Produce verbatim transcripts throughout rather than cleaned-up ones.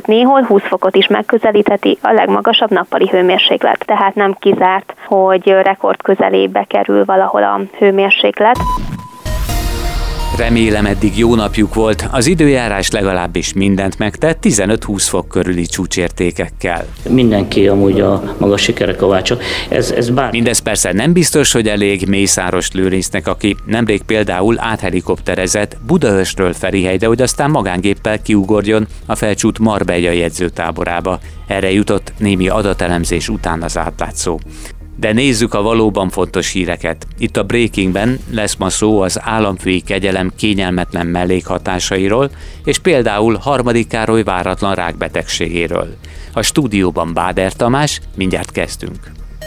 sőt néhol húsz fokot is megközelítheti a legmagasabb nappali hőmérséklet, tehát nem kizárt, hogy rekord közelébe kerül valahol a hőmérséklet. Remélem, eddig jó napjuk volt, az időjárás legalábbis mindent megtett tizenöt-húsz fok körüli csúcsértékekkel. Mindenki amúgy a magas sikerek kovácsa. Ez, ez bár... Mindez persze nem biztos, hogy elég Mészáros Lőrincnek, aki nemrég például áthelikopterezett Budaörsről Ferihegyre, hogy aztán magángéppel kiugorjon a Felcsút Marbella edzőtáborába. Erre jutott némi adatelemzés után az átlátszó. De nézzük a valóban fontos híreket. Itt a Breakingben lesz ma szó az államfői kegyelem kényelmetlen mellékhatásairól, és például Harmadik Károly váratlan rákbetegségéről. A stúdióban Báder Tamás, mindjárt kezdünk.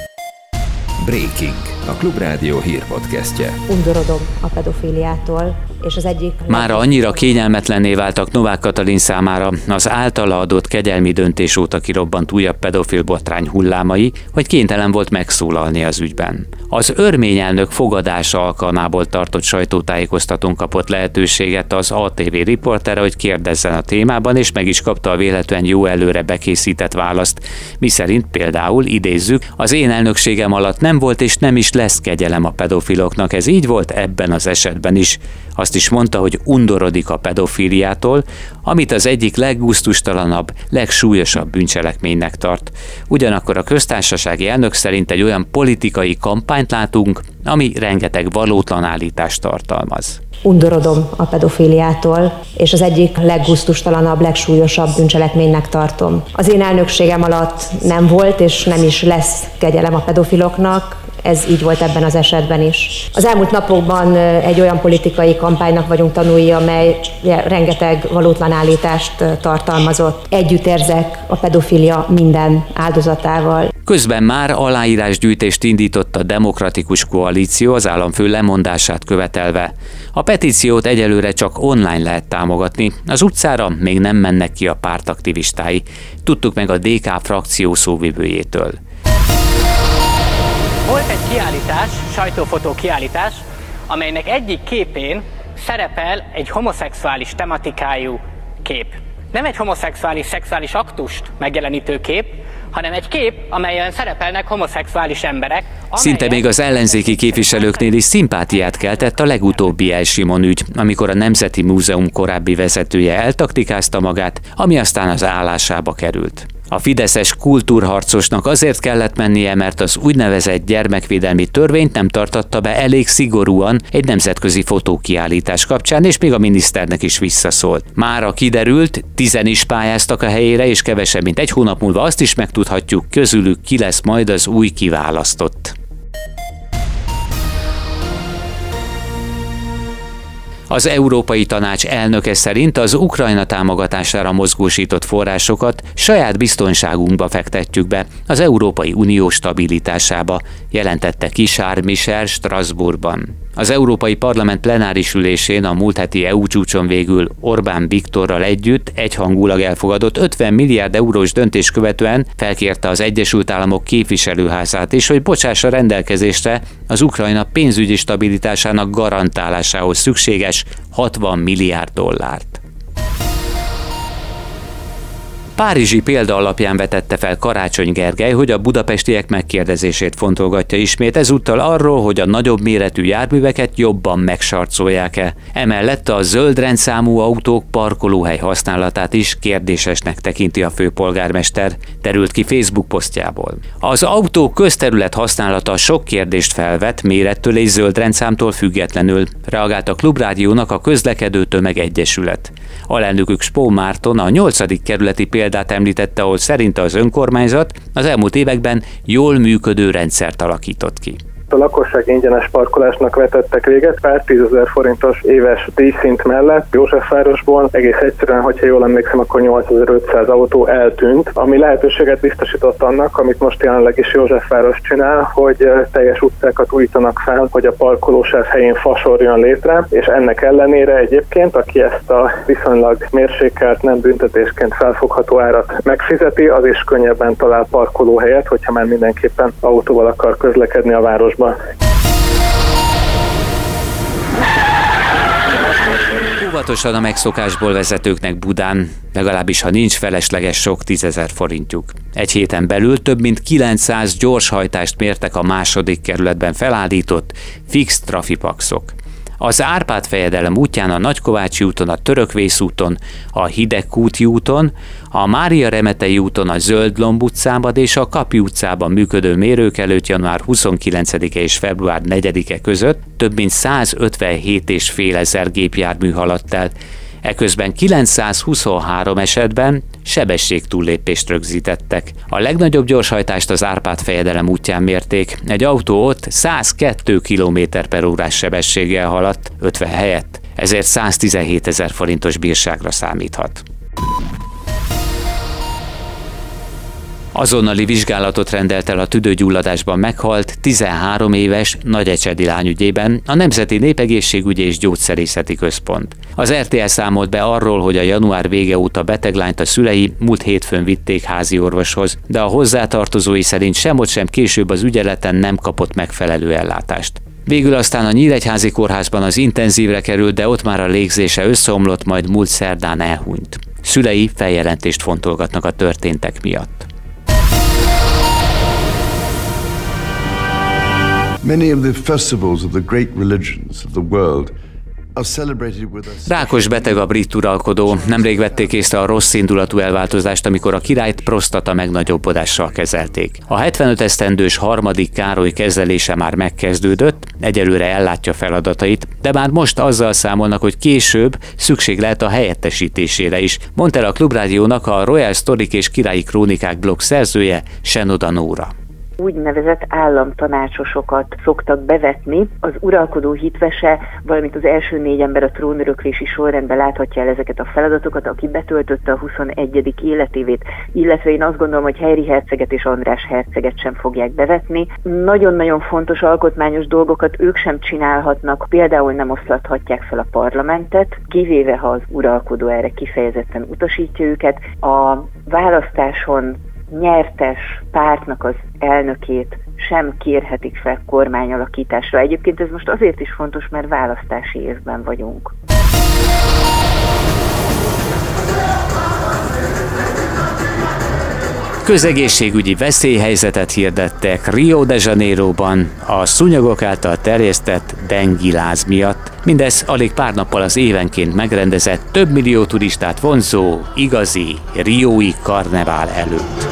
Breaking, a Klubrádió hírpodcastje. Undorodom a pedofíliától, és az egyik... Mára annyira kényelmetlenné váltak Novák Katalin számára az általa adott kegyelmi döntés óta kirobbant újabb pedofil botrány hullámai, hogy kénytelen volt megszólalni az ügyben. Az örmény elnök fogadása alkalmából tartott sajtótájékoztatón kapott lehetőséget az á té vé riportere, hogy kérdezzen a témában, és meg is kapta a véletlenül jó előre bekészített választ, miszerint például, idézzük, az én elnökségem alatt nem volt és nem is lesz kegyelem a pedofiloknak, ez így volt ebben az esetben is. Azt is mondta, hogy undorodik a pedofíliától, amit az egyik leggusztustalanabb, legsúlyosabb bűncselekménynek tart. Ugyanakkor a köztársasági elnök szerint egy olyan politikai kampányt látunk, ami rengeteg valótlan állítást tartalmaz. Undorodom a pedofíliától, és az egyik leggusztustalanabb, legsúlyosabb bűncselekménynek tartom. Az én elnökségem alatt nem volt és nem is lesz kegyelem a pedofiloknak, ez így volt ebben az esetben is. Az elmúlt napokban egy olyan politikai kampánynak vagyunk tanúi, amely rengeteg valótlan állítást tartalmazott. Együtt érzek a pedofilia minden áldozatával. Közben már aláírásgyűjtést indított a Demokratikus Koalíció az államfő lemondását követelve. A petíciót egyelőre csak online lehet támogatni, az utcára még nem mennek ki a párt aktivistái. Tudtuk meg a dé ká frakció szóvivőjétől. Volt egy kiállítás, sajtófotó kiállítás, amelynek egyik képén szerepel egy homoszexuális tematikájú kép. Nem egy homoszexuális szexuális aktust megjelenítő kép, hanem egy kép, amelyen szerepelnek homoszexuális emberek. Szinte még az ellenzéki képviselőknél is szimpátiát keltett a legutóbbi El Simon ügy, amikor a Nemzeti Múzeum korábbi vezetője eltaktikázta magát, ami aztán az állásába került. A fideszes kultúrharcosnak azért kellett mennie, mert az úgynevezett gyermekvédelmi törvényt nem tartatta be elég szigorúan egy nemzetközi fotókiállítás kapcsán, és még a miniszternek is visszaszólt. Mára kiderült, tizen is pályáztak a helyére, és kevesebb, mint egy hónap múlva azt is megtudhatjuk, közülük ki lesz majd az új kiválasztott. Az Európai Tanács elnöke szerint az Ukrajna támogatására mozgósított forrásokat saját biztonságunkba fektetjük be, az Európai Unió stabilitásába, jelentette ki Charles Michel Strasbourgban. Az Európai Parlament plenáris ülésén a múlt heti é u csúcson végül Orbán Viktorral együtt egyhangulag elfogadott ötven milliárd eurós döntés követően felkérte az Egyesült Államok képviselőházát is, hogy bocsássa rendelkezésre az Ukrajna pénzügyi stabilitásának garantálásához szükséges hatvan milliárd dollárt. Párizsi példa alapján vetette fel Karácsony Gergely, hogy a budapestiek megkérdezését fontolgatja ismét, ezúttal arról, hogy a nagyobb méretű járműveket jobban megsarcolják-e. Emellett a zöld rendszámú autók parkolóhely használatát is kérdésesnek tekinti a főpolgármester, derült ki Facebook posztjából. Az autó közterület használata sok kérdést felvet, mérettől és zöld rendszámtól függetlenül, reagált a Klubrádiónak a Közlekedő Tömeg Egyesület. Alelnökük Spó Márton a nyolcadik kerületi példát említette, ahol szerinte az önkormányzat az elmúlt években jól működő rendszert alakított ki. A lakosság ingyenes parkolásnak vetettek véget, pár tízezer forintos éves díjszint mellett Józsefvárosból egész egyszerűen, hogyha jól emlékszem, akkor nyolcezer-ötszáz autó eltűnt, ami lehetőséget biztosított annak, amit most jelenleg is Józsefváros csinál, hogy teljes utcákat újítanak fel, hogy a parkolósáv helyén fasor jön létre, és ennek ellenére egyébként, aki ezt a viszonylag mérsékelt, nem büntetésként felfogható árat megfizeti, az is könnyebben talál parkolóhelyet, hogyha már mindenképpen autóval akar közlekedni a városban. Óvatosan a megszokásból vezetőknek Budán, legalábbis ha nincs felesleges sok tízezer forintjuk. Egy héten belül több mint kilencszáz gyorshajtást mértek a második kerületben felállított fix trafipaxok. Az Árpád-fejedelem útján, a Nagykovácsi úton, a Törökvész úton, a Hidegkúti úton, a Mária-Remetei úton, a Zöldlomb utcában és a Kapi utcában működő mérők előtt január huszonkilencedike és február negyedike között több mint százötvenhét és fél ezer gépjármű haladt el. Eközben kilencszázhuszonhárom esetben sebességtúllépést rögzítettek. A legnagyobb gyorshajtást az Árpád-fejedelem útján mérték. Egy autó ott százkettő kilométer per órás sebességgel haladt, ötven helyett, ezért száztizenhét ezer forintos bírságra számíthat. Azonnali vizsgálatot rendelt el a tüdőgyulladásban meghalt tizenhárom éves nagyecsedi lány ügyében a Nemzeti Népegészségügyi és Gyógyszerészeti Központ. Az er té el számolt be arról, hogy a január vége óta beteglányt a szülei múlt hétfőn vitték házi orvoshoz, de a hozzátartozói szerint sem ott sem később az ügyeleten nem kapott megfelelő ellátást. Végül aztán a Nyíregyházi kórházban az intenzívre került, de ott már a légzése összeomlott, majd múlt szerdán elhunyt. Szülei feljelentést fontolgatnak a történtek miatt. Many of the festivals of the great religions of the world Rákos beteg a brit uralkodó. Nemrég vették észre a rossz indulatú elváltozást, amikor a királyt prostata megnagyobbodással kezelték. A hetvenöt esztendős harmadik Károly kezelése már megkezdődött, egyelőre ellátja feladatait, de már most azzal számolnak, hogy később szükség lehet a helyettesítésére is, mondta el a Klubrádiónak a Royal Sztorik és Királyi Krónikák blog szerzője, Senoda Nóra. Úgynevezett államtanácsosokat szoktak bevetni. Az uralkodó hitvese, valamint az első négy ember a trónöröklési sorrendben láthatja el ezeket a feladatokat, aki betöltötte a huszonegyedik életévét, illetve én azt gondolom, hogy Henry herceget és András herceget sem fogják bevetni. Nagyon-nagyon fontos alkotmányos dolgokat ők sem csinálhatnak, például nem oszlathatják fel a parlamentet, kivéve ha az uralkodó erre kifejezetten utasítja őket. A választáson nyertes pártnak az elnökét sem kérhetik fel kormányalakításra. Egyébként ez most azért is fontos, mert választási évben vagyunk. Közegészségügyi veszélyhelyzetet hirdettek Rio de Janeiroban a szúnyogok által terjesztett dengiláz miatt. Mindez alig pár nappal az évenként megrendezett, több millió turistát vonzó, igazi riói karnevál előtt.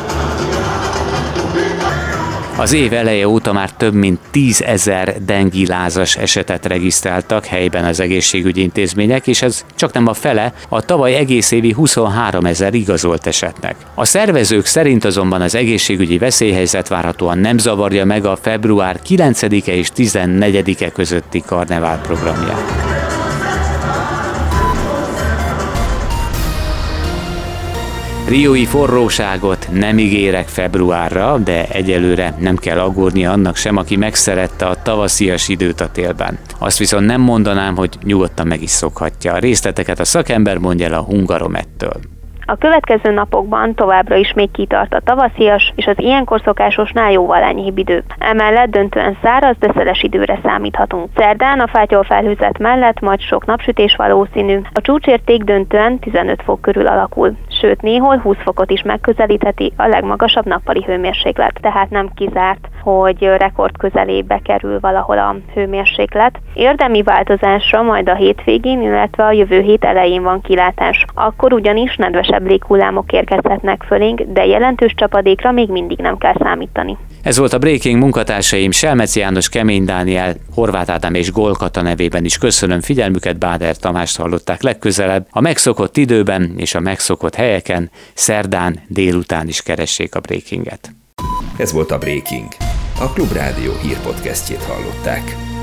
Az év eleje óta már több mint tízezer dengilázas esetet regisztráltak helyben az egészségügyi intézmények, és ez csak nem a fele a tavaly egész évi huszonháromezer igazolt esetnek. A szervezők szerint azonban az egészségügyi veszélyhelyzet várhatóan nem zavarja meg a február kilencedike és tizennegyedike közötti karnevál programját. Riói forróságot nem ígérek februárra, de egyelőre nem kell aggódni annak sem, aki megszerette a tavaszias időt a télben. Azt viszont nem mondanám, hogy nyugodtan meg is szokhatja. A részleteket a szakember mondja el a Hungaromettől. A következő napokban továbbra is még kitart a tavaszias és az ilyenkor szokásosnál jóval enyhébb idő. Emellett döntően száraz, de szeles időre számíthatunk. Szerdán a fátyolfelhőzet mellett majd sok napsütés valószínű. A csúcsérték döntően tizenöt fok körül alakul, sőt néhol húsz fokot is megközelítheti a legmagasabb nappali hőmérséklet, tehát nem kizárt, hogy rekord közelébe kerül valahol a hőmérséklet. Érdemi változásra majd a hétvégén, illetve a jövő hét elején van kilátás. Akkor ugyanis nedvesebb léghullámok érkezhetnek fölénk, de jelentős csapadékra még mindig nem kell számítani. Ez volt a Breaking, munkatársaim Selmeci János, Kemény Dániel, Horváth Ádám és Golkata nevében is köszönöm figyelmüket. Báder Tamást hallották legközelebb. A megszokott időben és a megszokott helyeken szerdán délután is keressék a Breakinget. Ez volt a Breaking. A Klubrádió hírpodcastjét hallották.